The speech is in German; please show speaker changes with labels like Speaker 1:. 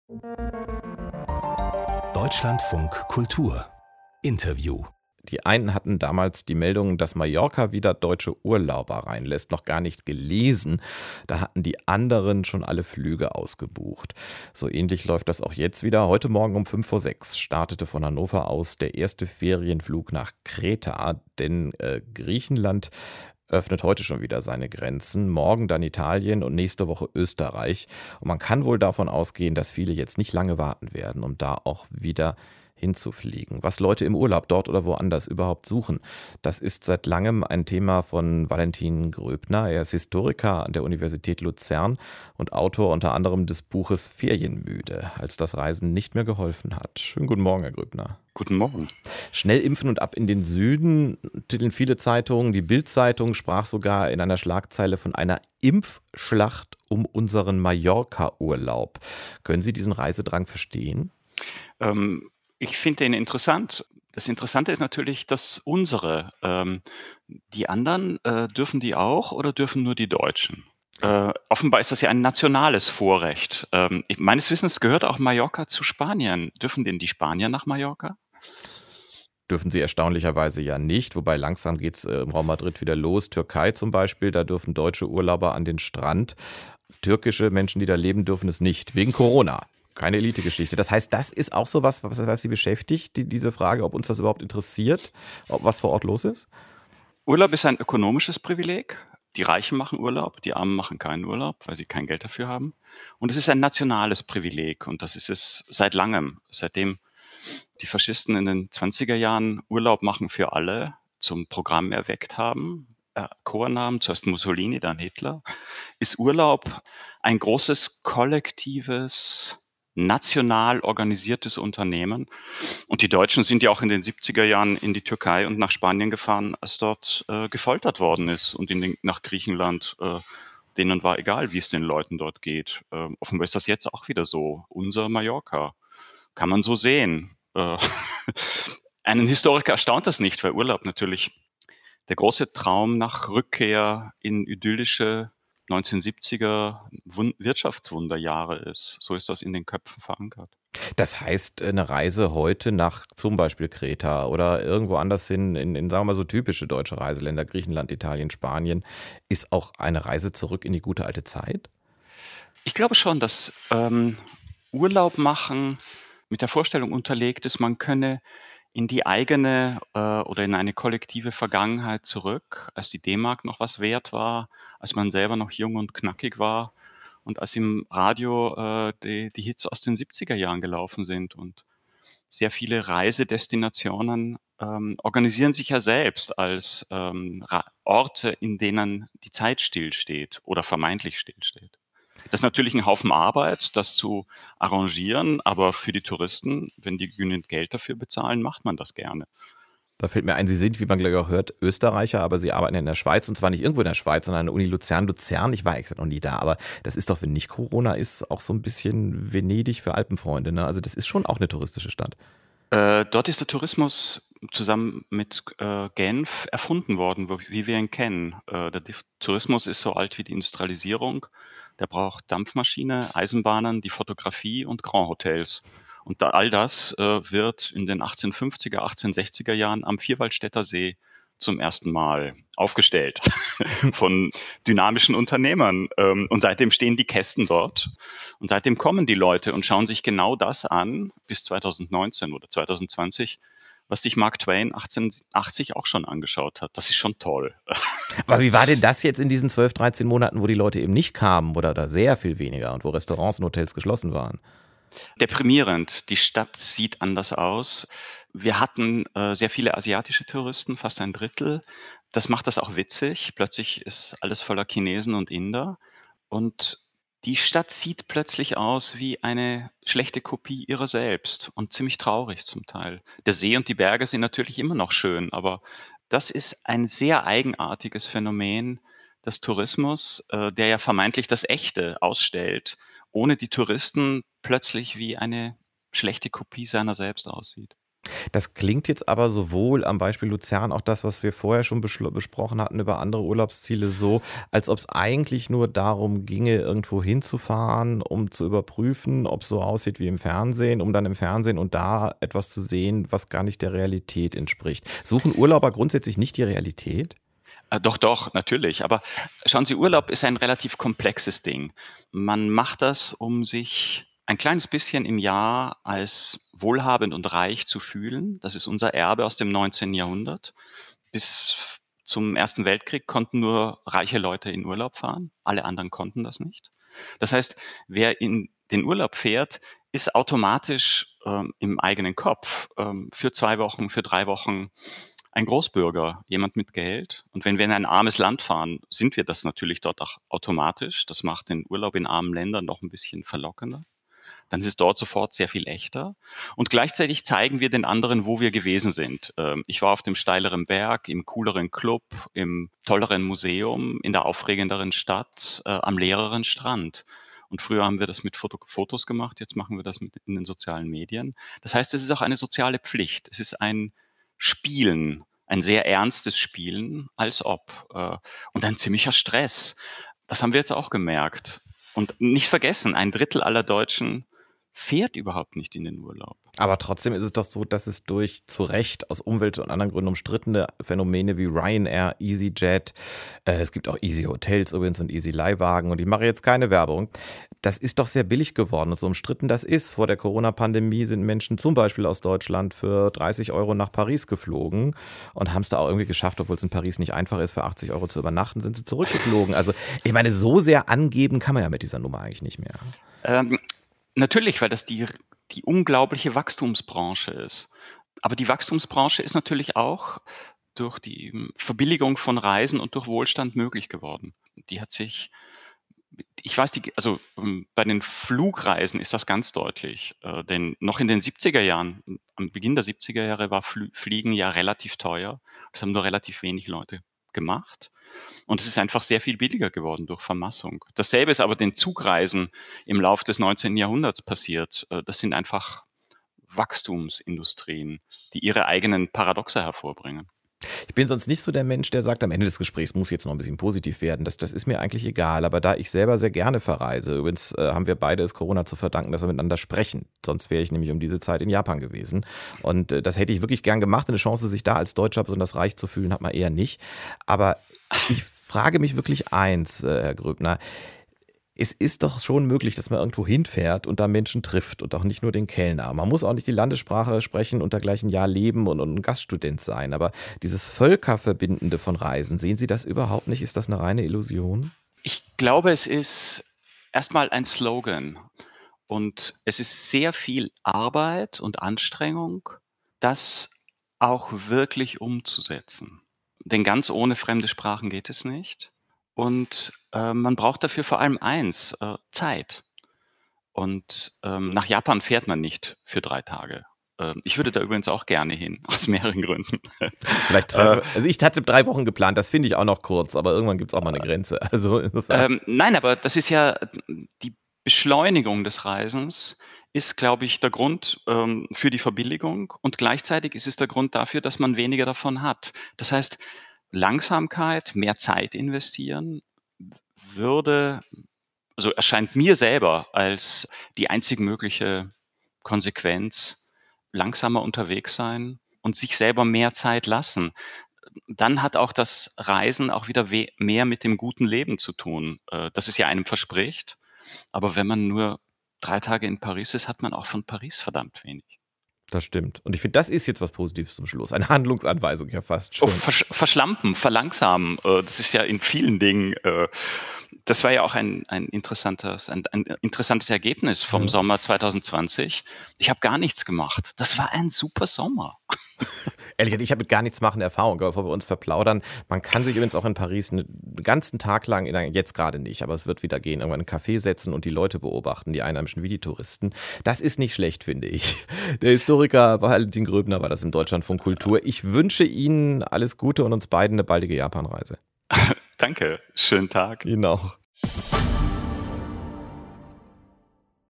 Speaker 1: Deutschlandfunk Kultur Interview.
Speaker 2: Die einen hatten damals die Meldung, dass Mallorca wieder deutsche Urlauber reinlässt, noch gar nicht gelesen. Da hatten die anderen schon alle Flüge ausgebucht. So ähnlich läuft das auch jetzt wieder. Heute Morgen um 5:06 Uhr startete von Hannover aus der erste Ferienflug nach Kreta, denn Griechenland öffnet heute schon wieder seine Grenzen, morgen dann Italien und nächste Woche Österreich. Und man kann wohl davon ausgehen, dass viele jetzt nicht lange warten werden, um da auch wieder hinzufliegen. Was Leute im Urlaub dort oder woanders überhaupt suchen, das ist seit langem ein Thema von Valentin Gröbner. Er ist Historiker an der Universität Luzern und Autor unter anderem des Buches Ferienmüde, als das Reisen nicht mehr geholfen hat. Schönen guten Morgen, Herr Gröbner.
Speaker 3: Guten Morgen.
Speaker 2: Schnell impfen und ab in den Süden, titeln viele Zeitungen. Die Bild-Zeitung sprach sogar in einer Schlagzeile von einer Impfschlacht um unseren Mallorca-Urlaub. Können Sie diesen Reisedrang verstehen?
Speaker 3: Ich finde den interessant. Das Interessante ist natürlich, dass die anderen, dürfen die auch oder dürfen nur die Deutschen? Offenbar ist das ja ein nationales Vorrecht. Meines Wissens gehört auch Mallorca zu Spanien. Dürfen denn die Spanier nach Mallorca?
Speaker 2: Dürfen sie erstaunlicherweise ja nicht, wobei langsam geht es im Raum Madrid wieder los. Türkei zum Beispiel, da dürfen deutsche Urlauber an den Strand. Türkische Menschen, die da leben, dürfen es nicht, wegen Corona. Keine Elite-Geschichte. Das heißt, das ist auch so was Sie beschäftigt, diese Frage, ob uns das überhaupt interessiert, was vor Ort los ist?
Speaker 3: Urlaub ist ein ökonomisches Privileg. Die Reichen machen Urlaub, die Armen machen keinen Urlaub, weil sie kein Geld dafür haben. Und es ist ein nationales Privileg und das ist es seit langem. Seitdem die Faschisten in den 20er Jahren Urlaub machen für alle zum Programm erweckt haben, Chornamen, zuerst Mussolini, dann Hitler, ist Urlaub ein großes kollektives national organisiertes Unternehmen. Und die Deutschen sind ja auch in den 70er Jahren in die Türkei und nach Spanien gefahren, als dort gefoltert worden ist. Und nach Griechenland, denen war egal, wie es den Leuten dort geht. Offenbar ist das jetzt auch wieder so. Unser Mallorca. Kann man so sehen. Einen Historiker erstaunt das nicht, weil Urlaub natürlich der große Traum nach Rückkehr in idyllische 1970er Wirtschaftswunderjahre ist. So ist das in den Köpfen verankert.
Speaker 2: Das heißt, eine Reise heute nach zum Beispiel Kreta oder irgendwo anders hin, in sagen wir mal so typische deutsche Reiseländer, Griechenland, Italien, Spanien, ist auch eine Reise zurück in die gute alte Zeit?
Speaker 3: Ich glaube schon, dass Urlaub machen mit der Vorstellung unterlegt ist, man könne in die eigene oder in eine kollektive Vergangenheit zurück, als die D-Mark noch was wert war, als man selber noch jung und knackig war und als im Radio die Hits aus den 70er Jahren gelaufen sind. Und sehr viele Reisedestinationen organisieren sich ja selbst als Orte, in denen die Zeit stillsteht oder vermeintlich stillsteht. Das ist natürlich ein Haufen Arbeit, das zu arrangieren, aber für die Touristen, wenn die genügend Geld dafür bezahlen, macht man das gerne.
Speaker 2: Da fällt mir ein, Sie sind, wie man gleich auch hört, Österreicher, aber Sie arbeiten in der Schweiz und zwar nicht irgendwo in der Schweiz, sondern an der Uni Luzern. Luzern, ich war extra noch nie da, aber das ist doch, wenn nicht Corona ist, auch so ein bisschen Venedig für Alpenfreunde, ne? Also das ist schon auch eine touristische Stadt.
Speaker 3: Dort ist der Tourismus zusammen mit Genf erfunden worden, wie wir ihn kennen. Der Tourismus ist so alt wie die Industrialisierung. Der braucht Dampfmaschine, Eisenbahnen, die Fotografie und Grand Hotels. Und all das wird in den 1850er, 1860er Jahren am Vierwaldstätter See zum ersten Mal aufgestellt von dynamischen Unternehmern. Und seitdem stehen die Kästen dort. Und seitdem kommen die Leute und schauen sich genau das an, bis 2019 oder 2020, was sich Mark Twain 1880 auch schon angeschaut hat. Das ist schon toll.
Speaker 2: Aber wie war denn das jetzt in diesen 12, 13 Monaten, wo die Leute eben nicht kamen oder sehr viel weniger und wo Restaurants und Hotels geschlossen waren?
Speaker 3: Deprimierend. Die Stadt sieht anders aus. Wir hatten sehr viele asiatische Touristen, fast ein Drittel. Das macht das auch witzig. Plötzlich ist alles voller Chinesen und Inder. Und die Stadt sieht plötzlich aus wie eine schlechte Kopie ihrer selbst und ziemlich traurig zum Teil. Der See und die Berge sind natürlich immer noch schön, aber das ist ein sehr eigenartiges Phänomen des Tourismus, der ja vermeintlich das Echte ausstellt, ohne die Touristen plötzlich wie eine schlechte Kopie seiner selbst aussieht.
Speaker 2: Das klingt jetzt aber sowohl am Beispiel Luzern, auch das, was wir vorher schon besprochen hatten über andere Urlaubsziele, so, als ob es eigentlich nur darum ginge, irgendwo hinzufahren, um zu überprüfen, ob es so aussieht wie im Fernsehen, um dann im Fernsehen und da etwas zu sehen, was gar nicht der Realität entspricht. Suchen Urlauber grundsätzlich nicht die Realität?
Speaker 3: Doch, natürlich. Aber schauen Sie, Urlaub ist ein relativ komplexes Ding. Man macht das, um sich ein kleines bisschen im Jahr als wohlhabend und reich zu fühlen. Das ist unser Erbe aus dem 19. Jahrhundert. Bis zum Ersten Weltkrieg konnten nur reiche Leute in Urlaub fahren. Alle anderen konnten das nicht. Das heißt, wer in den Urlaub fährt, ist automatisch im eigenen Kopf für 2 Wochen, für 3 Wochen ein Großbürger, jemand mit Geld. Und wenn wir in ein armes Land fahren, sind wir das natürlich dort auch automatisch. Das macht den Urlaub in armen Ländern noch ein bisschen verlockender. Dann ist es dort sofort sehr viel echter. Und gleichzeitig zeigen wir den anderen, wo wir gewesen sind. Ich war auf dem steileren Berg, im cooleren Club, im tolleren Museum, in der aufregenderen Stadt, am leereren Strand. Und früher haben wir das mit Fotos gemacht, jetzt machen wir das in den sozialen Medien. Das heißt, es ist auch eine soziale Pflicht. Es ist ein Spielen, ein sehr ernstes Spielen, als ob. Und ein ziemlicher Stress. Das haben wir jetzt auch gemerkt. Und nicht vergessen, 1/3 aller Deutschen fährt überhaupt nicht in den Urlaub.
Speaker 2: Aber trotzdem ist es doch so, dass es durch zu Recht aus Umwelt- und anderen Gründen umstrittene Phänomene wie Ryanair, EasyJet, es gibt auch Easy Hotels übrigens und Easy Leihwagen und ich mache jetzt keine Werbung, das ist doch sehr billig geworden und so umstritten das ist. Vor der Corona-Pandemie sind Menschen zum Beispiel aus Deutschland für 30 € nach Paris geflogen und haben es da auch irgendwie geschafft, obwohl es in Paris nicht einfach ist, für 80 € zu übernachten, sind sie zurückgeflogen. Also ich meine, so sehr angeben kann man ja mit dieser Nummer eigentlich nicht mehr.
Speaker 3: Natürlich, weil das die unglaubliche Wachstumsbranche ist. Aber die Wachstumsbranche ist natürlich auch durch die Verbilligung von Reisen und durch Wohlstand möglich geworden. Die hat sich, ich weiß, bei den Flugreisen ist das ganz deutlich. Denn noch in den 70er Jahren, am Beginn der 70er Jahre war Fliegen ja relativ teuer. Das haben nur relativ wenig Leute gemacht. Und es ist einfach sehr viel billiger geworden durch Vermassung. Dasselbe ist aber den Zugreisen im Laufe des 19. Jahrhunderts passiert. Das sind einfach Wachstumsindustrien, die ihre eigenen Paradoxe hervorbringen.
Speaker 2: Ich bin sonst nicht so der Mensch, der sagt, am Ende des Gesprächs muss jetzt noch ein bisschen positiv werden. Das ist mir eigentlich egal. Aber da ich selber sehr gerne verreise, übrigens haben wir beide es Corona zu verdanken, dass wir miteinander sprechen. Sonst wäre ich nämlich um diese Zeit in Japan gewesen. Und das hätte ich wirklich gern gemacht. Eine Chance, sich da als Deutscher besonders reich zu fühlen, hat man eher nicht. Aber ich frage mich wirklich eins, Herr Gröbner. Es ist doch schon möglich, dass man irgendwo hinfährt und da Menschen trifft und auch nicht nur den Kellner. Man muss auch nicht die Landessprache sprechen und da gleich ein Jahr leben und ein Gaststudent sein. Aber dieses Völkerverbindende von Reisen, sehen Sie das überhaupt nicht? Ist das eine reine Illusion?
Speaker 3: Ich glaube, es ist erstmal ein Slogan. Und es ist sehr viel Arbeit und Anstrengung, das auch wirklich umzusetzen. Denn ganz ohne fremde Sprachen geht es nicht. Und man braucht dafür vor allem eins, Zeit. Und nach Japan fährt man nicht für 3 Tage. Ich würde da übrigens auch gerne hin, aus mehreren Gründen.
Speaker 2: Also ich hatte 3 Wochen geplant, das finde ich auch noch kurz, aber irgendwann gibt es auch mal eine Grenze. Also
Speaker 3: nein, aber das ist ja die Beschleunigung des Reisens ist, glaube ich, der Grund für die Verbilligung und gleichzeitig ist es der Grund dafür, dass man weniger davon hat. Das heißt, Langsamkeit, mehr Zeit investieren erscheint mir selber als die einzig mögliche Konsequenz, langsamer unterwegs sein und sich selber mehr Zeit lassen. Dann hat auch das Reisen auch wieder mehr mit dem guten Leben zu tun, das es ja einem verspricht. Aber wenn man nur 3 Tage in Paris ist, hat man auch von Paris verdammt wenig.
Speaker 2: Das stimmt. Und ich finde, das ist jetzt was Positives zum Schluss. Eine Handlungsanweisung ja fast schon.
Speaker 3: Verschlampen, verlangsamen, das ist ja in vielen Dingen, das war ja auch ein interessantes Ergebnis vom Sommer 2020. Ich habe gar nichts gemacht. Das war ein super Sommer.
Speaker 2: Ehrlich gesagt, ich habe mit gar nichts machen Erfahrung, bevor wir uns verplaudern. Man kann sich übrigens auch in Paris einen ganzen Tag lang, jetzt gerade nicht, aber es wird wieder gehen, irgendwann in einen Café setzen und die Leute beobachten, die Einheimischen wie die Touristen. Das ist nicht schlecht, finde ich. Der Historiker Valentin Gröbner war das im Deutschlandfunk Kultur. Ich wünsche Ihnen alles Gute und uns beiden eine baldige Japanreise.
Speaker 3: Danke, schönen Tag.
Speaker 2: Ihnen auch.